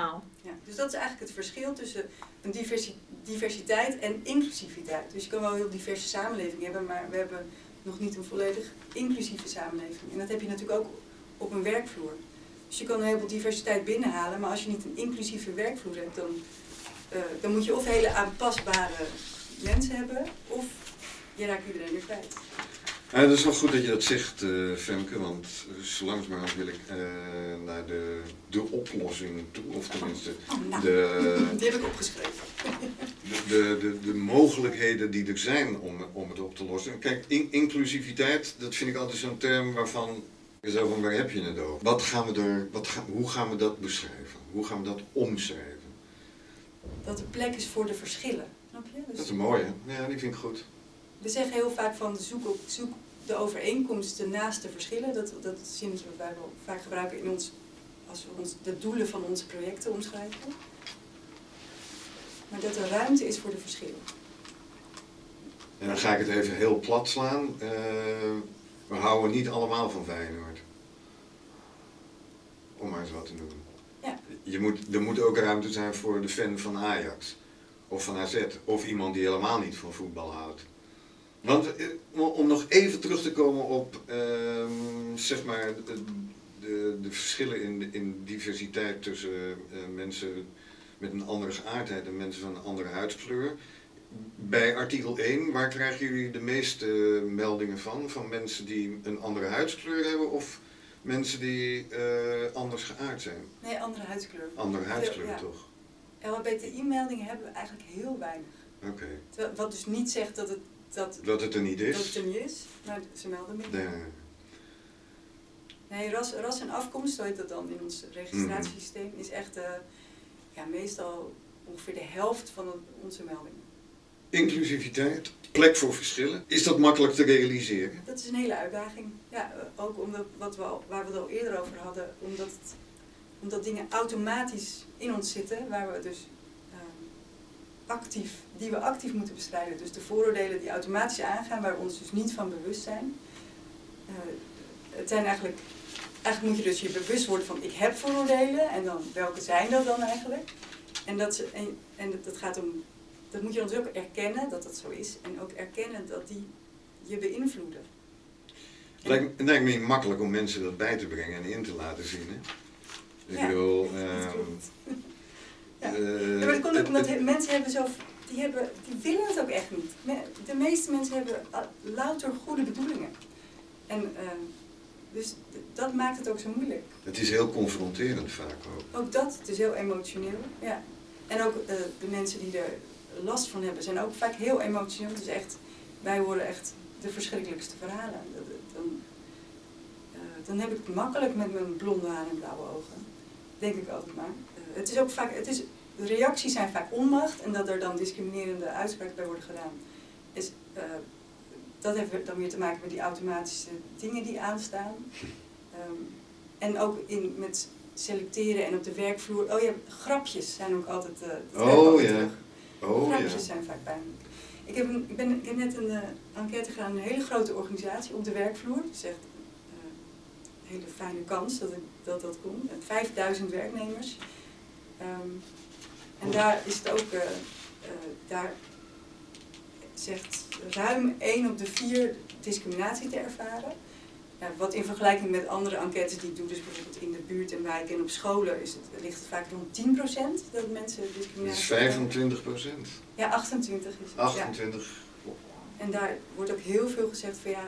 Ja, dus dat is eigenlijk het verschil tussen een diversiteit en inclusiviteit. Dus je kan wel een heel diverse samenleving hebben, maar we hebben nog niet een volledig inclusieve samenleving. En dat heb je natuurlijk ook op een werkvloer. Dus je kan een heleboel diversiteit binnenhalen, maar als je niet een inclusieve werkvloer hebt, dan moet je of hele aanpasbare mensen hebben, of je raakt iedereen weer kwijt. Ja, dat is wel goed dat je dat zegt, Femke, want zo langzamerhand wil ik naar de oplossing toe, of tenminste Die heb ik opgeschreven. de mogelijkheden die er zijn om het op te lossen. Kijk, inclusiviteit, dat vind ik altijd zo'n term waarvan je zo van, waar heb je het over? Hoe gaan we dat beschrijven? Hoe gaan we dat omschrijven? Dat er plek is voor de verschillen, snap je? Dus Dat is een mooie, ja, die vind ik goed. we zeggen heel vaak van zoek de overeenkomsten naast de verschillen. Dat is zinnetje wat wij wel vaak gebruiken als we de doelen van onze projecten omschrijven. Maar dat er ruimte is voor de verschillen. En dan ga ik het even heel plat slaan. We houden niet allemaal van Feyenoord. Om maar eens wat te noemen. Ja. Er moet ook ruimte zijn voor de fan van Ajax. Of van AZ. Of iemand die helemaal niet van voetbal houdt. Want om nog even terug te komen op zeg maar de verschillen in diversiteit tussen mensen met een andere geaardheid en mensen van een andere huidskleur. Bij artikel 1, waar krijgen jullie de meeste meldingen van? Van mensen die een andere huidskleur hebben of mensen die anders geaard zijn? Nee, andere huidskleur. Andere huidskleur, Ja. toch? LHBTI-meldingen hebben we eigenlijk heel weinig. Oké. Wat dus niet zegt dat Dat het er niet dat is? het er niet is, maar ze melden minder. Nee. Nee, ras en afkomst, zo heet dat dan in ons registratiesysteem, is echt meestal ongeveer de helft van onze meldingen. Inclusiviteit, plek voor verschillen. Is dat makkelijk te realiseren? Dat is een hele uitdaging. Ja, ook omdat waar we het al eerder over hadden, omdat dingen automatisch in ons zitten, waar we dus die we actief moeten bestrijden. Dus de vooroordelen die automatisch aangaan, waar we ons dus niet van bewust zijn. Het zijn eigenlijk moet je dus je bewust worden van ik heb vooroordelen en dan welke zijn dat dan eigenlijk? En dat gaat om, dat moet je dan dus ook erkennen dat dat zo is en ook erkennen dat die je beïnvloeden. Het lijkt me makkelijk om mensen dat bij te brengen en in te laten zien. Hè? Ik bedoel, dat klopt. Ja. Maar dat komt ook omdat mensen hebben die willen het ook echt niet. De meeste mensen hebben louter goede bedoelingen. En dus dat maakt het ook zo moeilijk. Het is heel confronterend vaak ook. Ook dat, het is heel emotioneel. Ja. En ook de mensen die er last van hebben, zijn ook vaak heel emotioneel. Dus echt, wij horen echt de verschrikkelijkste verhalen. Dan heb ik het makkelijk met mijn blonde haar en blauwe ogen. Denk ik altijd maar. Het is ook vaak, de reacties zijn vaak onmacht en dat er dan discriminerende uitspraken bij worden gedaan. Dat heeft dan weer te maken met die automatische dingen die aanstaan. En ook met selecteren en op de werkvloer. Oh ja, grapjes zijn ook altijd grapjes zijn vaak pijnlijk. Ik heb net een enquête gedaan in een hele grote organisatie op de werkvloer. Dat is echt een hele fijne kans dat komt. 5000 werknemers. En daar is het ook, daar zegt ruim 1 op de 4 discriminatie te ervaren. Wat in vergelijking met andere enquêtes die ik doe, dus bijvoorbeeld in de buurt en wijk en op scholen, ligt het vaak rond 10% dat mensen discriminatie Dat is 25%. Ja, 28 is het. 28. Ja. En daar wordt ook heel veel gezegd van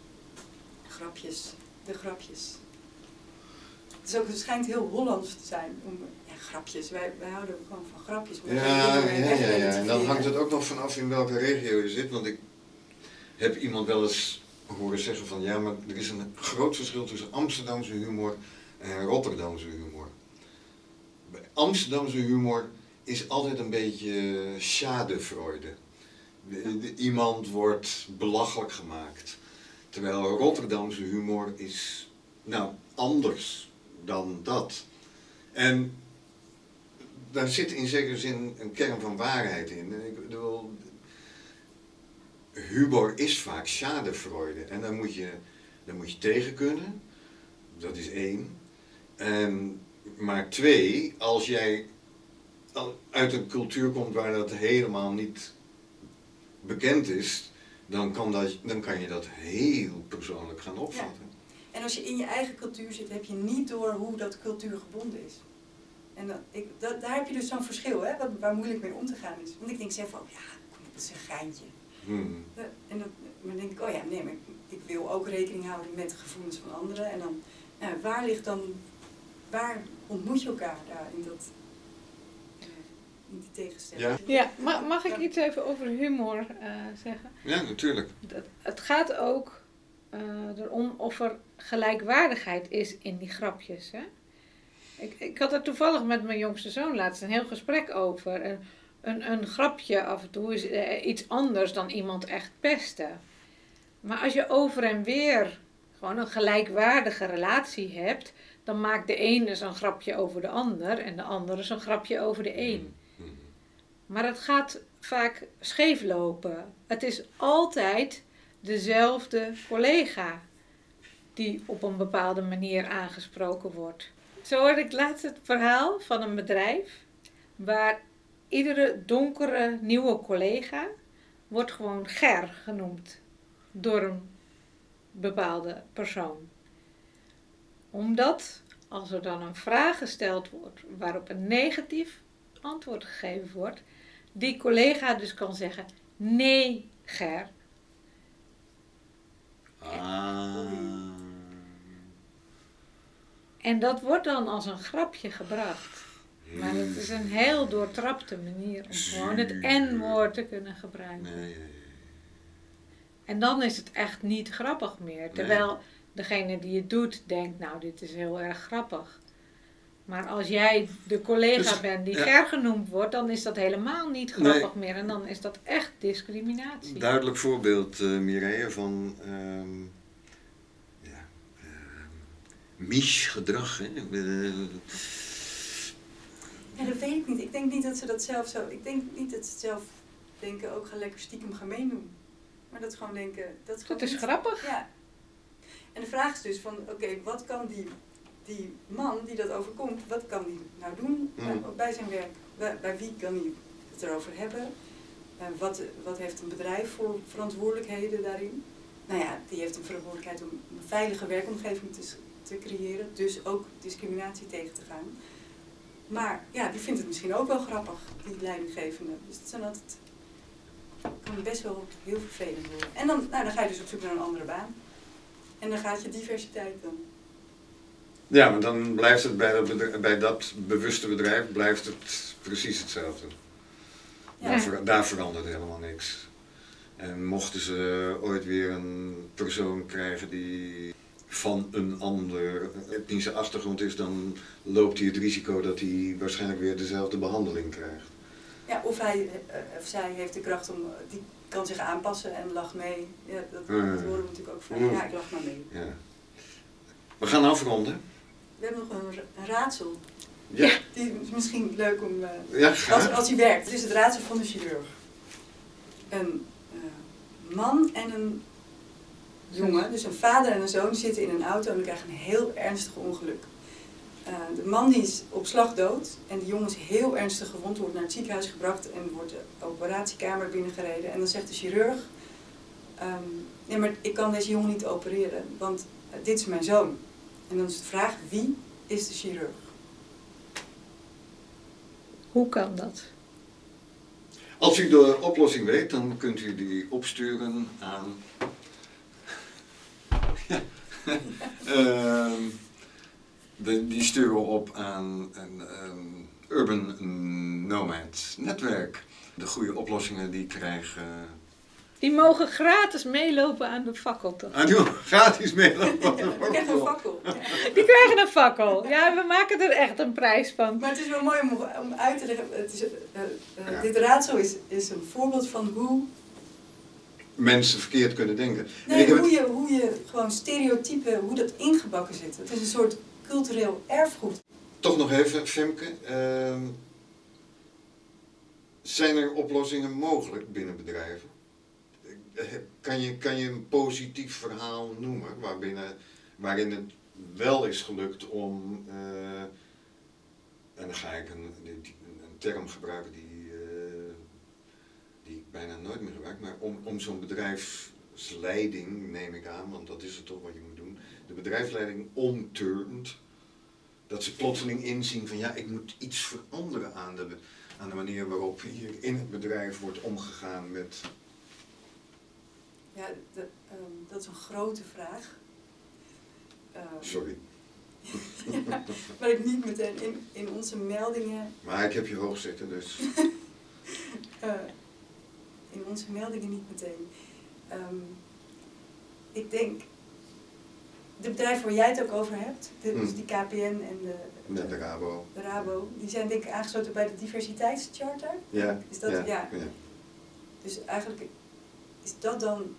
de grapjes. Het schijnt heel Hollands te zijn om grapjes. Wij houden gewoon van grapjes. Ja. En dan hangt het ook nog vanaf in welke regio je zit. Want ik heb iemand wel eens horen zeggen van ja, maar er is een groot verschil tussen Amsterdamse humor en Rotterdamse humor. Bij Amsterdamse humor is altijd een beetje schadenfreude. Iemand wordt belachelijk gemaakt. Terwijl Rotterdamse humor is anders dan dat. En daar zit in zekere zin een kern van waarheid in. Ik bedoel, humor is vaak schadenfreude. En daar moet je tegen kunnen. Dat is 1. Maar 2, als jij uit een cultuur komt waar dat helemaal niet bekend is, dan kan je dat heel persoonlijk gaan opvatten. Ja. En als je in je eigen cultuur zit, heb je niet door hoe dat cultuurgebonden is. En daar heb je dus zo'n verschil, hè, waar moeilijk mee om te gaan is. Want ik denk zelf van, ja, dat is een geintje. En dan denk ik, oh ja, nee, maar ik wil ook rekening houden met de gevoelens van anderen. En dan, waar ontmoet je elkaar daar in die tegenstelling? Ja. Ja, mag ik iets even over humor zeggen? Ja, natuurlijk. Het gaat ook erom of er gelijkwaardigheid is in die grapjes. Hè? Ik had er toevallig met mijn jongste zoon laatst een heel gesprek over. Een grapje af en toe is iets anders dan iemand echt pesten. Maar als je over en weer gewoon een gelijkwaardige relatie hebt, dan maakt de ene zo'n grapje over de ander en de andere zo'n grapje over de een. Maar het gaat vaak scheef lopen. Het is altijd dezelfde collega die op een bepaalde manier aangesproken wordt. Zo hoorde ik laatst het verhaal van een bedrijf waar iedere donkere nieuwe collega wordt gewoon Ger genoemd door een bepaalde persoon. Omdat als er dan een vraag gesteld wordt waarop een negatief antwoord gegeven wordt, die collega dus kan zeggen, nee Ger. En dat wordt dan als een grapje gebracht. Maar het is een heel doortrapte manier om gewoon het N-woord te kunnen gebruiken. Nee. En dan is het echt niet grappig meer. Terwijl degene die het doet denkt, nou dit is heel erg grappig. Maar als jij de collega bent die Ger genoemd wordt, dan is dat helemaal niet grappig meer. En dan is dat echt discriminatie. Duidelijk voorbeeld, Mireille, van misch-gedrag. Hè? Ja, dat weet ik niet. Ik denk niet dat ze dat zelf zo... Ik denk niet dat ze het zelf denken, ook ga lekker stiekem gaan meedoen. Maar dat ze gewoon denken... Dat is grappig. Ja. En de vraag is dus van, oké, wat kan die man die dat overkomt, wat kan die nou doen bij zijn werk? Bij wie kan hij het erover hebben? Wat heeft een bedrijf voor verantwoordelijkheden daarin? Nou ja, die heeft een verantwoordelijkheid om een veilige werkomgeving te creëren. Dus ook discriminatie tegen te gaan. Maar ja, die vindt het misschien ook wel grappig, die leidinggevende. Dus het kan best wel heel vervelend worden. En dan ga je dus op zoek naar een andere baan. En dan gaat je diversiteit dan. Ja, maar dan blijft het bij dat bewuste bedrijf blijft het precies hetzelfde. Ja. Daar verandert helemaal niks. En mochten ze ooit weer een persoon krijgen die van een ander etnische achtergrond is, dan loopt hij het risico dat hij waarschijnlijk weer dezelfde behandeling krijgt. Ja, of hij of zij heeft de kracht om, die kan zich aanpassen en lacht mee. Ja, dat horen we natuurlijk ook van. Ja, ik lach maar mee. Ja. We gaan afronden. We hebben nog een raadsel. Ja. Die is misschien leuk om, als hij werkt. Het is het raadsel van de chirurg. Een man en een jongen, dus een vader en een zoon, zitten in een auto en die krijgen een heel ernstig ongeluk. De man die is op slag dood en de jongen is heel ernstig gewond, wordt naar het ziekenhuis gebracht en wordt de operatiekamer binnengereden. En dan zegt de chirurg, nee, maar ik kan deze jongen niet opereren, want dit is mijn zoon. En dan is de vraag, wie is de chirurg? Hoe kan dat? Als u de oplossing weet, dan kunt u die opsturen aan... die sturen we op aan een Urban Nomads netwerk. De goede oplossingen die krijgen... Die mogen gratis meelopen aan de fakkel, toch? Die mogen gratis meelopen aan de fakkel. Die krijgen een fakkel. Die krijgen een fakkel. Ja, we maken er echt een prijs van. Maar het is wel mooi om uit te leggen. Het is, dit raadsel is een voorbeeld van hoe... mensen verkeerd kunnen denken. Nee, hoe je gewoon stereotypen, hoe dat ingebakken zit. Het is een soort cultureel erfgoed. Toch nog even, Femke. Zijn er oplossingen mogelijk binnen bedrijven? Kan je een positief verhaal noemen waarin het wel is gelukt om, en dan ga ik een een term gebruiken die ik bijna nooit meer gebruik, maar om zo'n bedrijfsleiding, neem ik aan, want dat is het toch wat je moet doen, de bedrijfsleiding omturnt, dat ze plotseling inzien van ja, ik moet iets veranderen aan de manier waarop hier in het bedrijf wordt omgegaan met... Ja, dat is een grote vraag. Sorry. Ja, maar ik niet meteen in onze meldingen... Maar ik heb je hoog zitten, dus... in onze meldingen niet meteen. Ik denk... De bedrijven waar jij het ook over hebt, dus die KPN en de Rabo. De Rabo, die zijn denk ik aangesloten bij de diversiteitscharter. Ja. Is dat, ja. Dus eigenlijk is dat dan...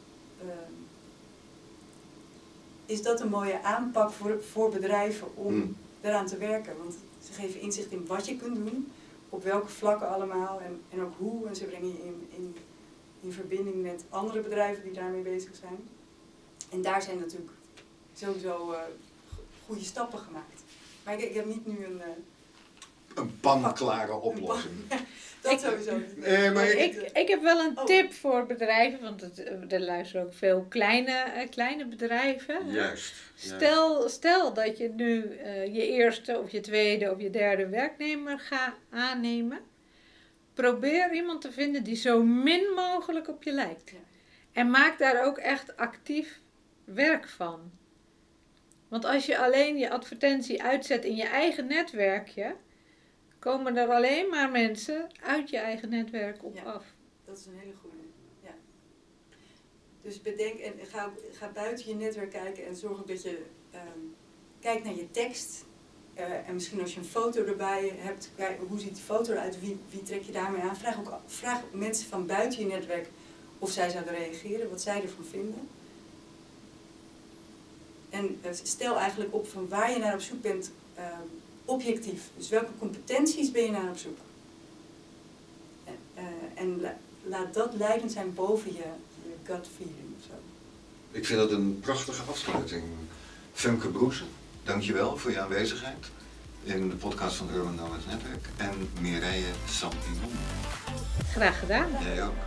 is dat een mooie aanpak voor bedrijven om daaraan te werken. Want ze geven inzicht in wat je kunt doen, op welke vlakken allemaal en ook hoe. En ze brengen je in verbinding met andere bedrijven die daarmee bezig zijn. En daar zijn natuurlijk sowieso goede stappen gemaakt. Maar ik heb niet nu een panklare oplossing. Dat sowieso niet. Maar ik heb wel een tip voor bedrijven, want er luisteren ook veel kleine bedrijven. Juist. Stel dat je nu je eerste of je tweede of je derde werknemer gaat aannemen. Probeer iemand te vinden die zo min mogelijk op je lijkt. Ja. En maak daar ook echt actief werk van. Want als je alleen je advertentie uitzet in je eigen netwerkje, komen er alleen maar mensen uit je eigen netwerk op af. Dat is een hele goede. Ja. Dus bedenk en ga buiten je netwerk kijken en zorg ook dat je kijkt naar je tekst. En misschien als je een foto erbij hebt, kijk, hoe ziet die foto eruit, wie trek je daarmee aan. Vraag mensen van buiten je netwerk of zij zouden reageren, wat zij ervan vinden. En stel eigenlijk op van waar je naar op zoek bent, objectief. Dus welke competenties ben je naar op zoek? En laat dat leidend zijn boven je gut feeling of zo. Ik vind dat een prachtige afsluiting. Femke Broesen, dankjewel voor je aanwezigheid in de podcast van Urban Nomads Netwerk. En Mireille Sampignon. Graag gedaan. Jij ook.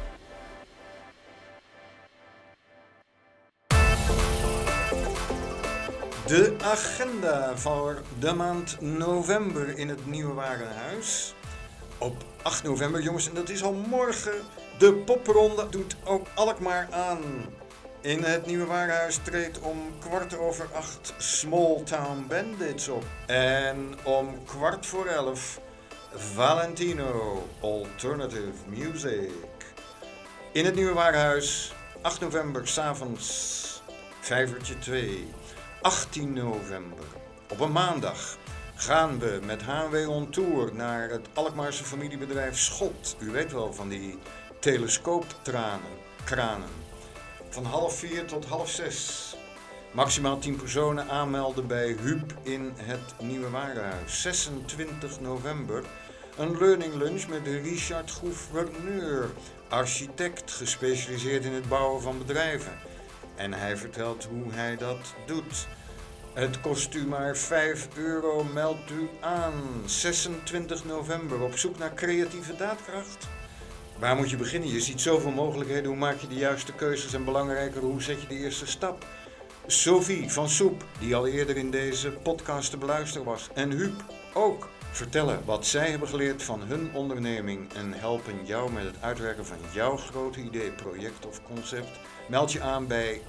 De agenda voor de maand november in het Nieuwe Warenhuis. Op 8 november, jongens, en dat is al morgen. De popronde doet ook Alkmaar aan. In het Nieuwe Warenhuis treedt om 8:15 Small Town Bandits op. En om 11:15 Valentino Alternative Music. In het Nieuwe Warenhuis, 8 november, 's avonds, 5:02. 18 november, op een maandag, gaan we met HNW on Tour naar het Alkmaarse familiebedrijf Schot. U weet wel, van die telescoopkranen. Van 3:30 tot 5:30. Maximaal 10 personen aanmelden bij Huub in het Nieuwe Warenhuis. 26 november, een learning lunch met Richard Gouverneur, architect gespecialiseerd in het bouwen van bedrijven. En hij vertelt hoe hij dat doet. Het kost u maar €5, meldt u aan. 26 november, op zoek naar creatieve daadkracht. Waar moet je beginnen? Je ziet zoveel mogelijkheden. Hoe maak je de juiste keuzes? En belangrijker, hoe zet je de eerste stap? Sophie van Soep, die al eerder in deze podcast te beluisteren was. En Huub ook. Vertellen wat zij hebben geleerd van hun onderneming en helpen jou met het uitwerken van jouw grote idee, project of concept. Meld je aan bij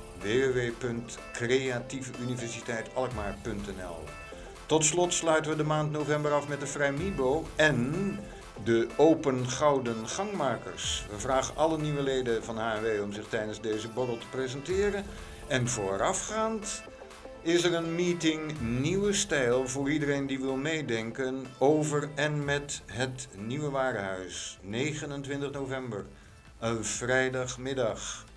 www.creatieveuniversiteitalkmaar.nl. Tot slot sluiten we de maand november af met de Vrijmibo en de Open Gouden Gangmakers. We vragen alle nieuwe leden van HNW om zich tijdens deze borrel te presenteren. En voorafgaand is er een meeting Nieuwe Stijl voor iedereen die wil meedenken over en met het Nieuwe Warenhuis. 29 november, een vrijdagmiddag.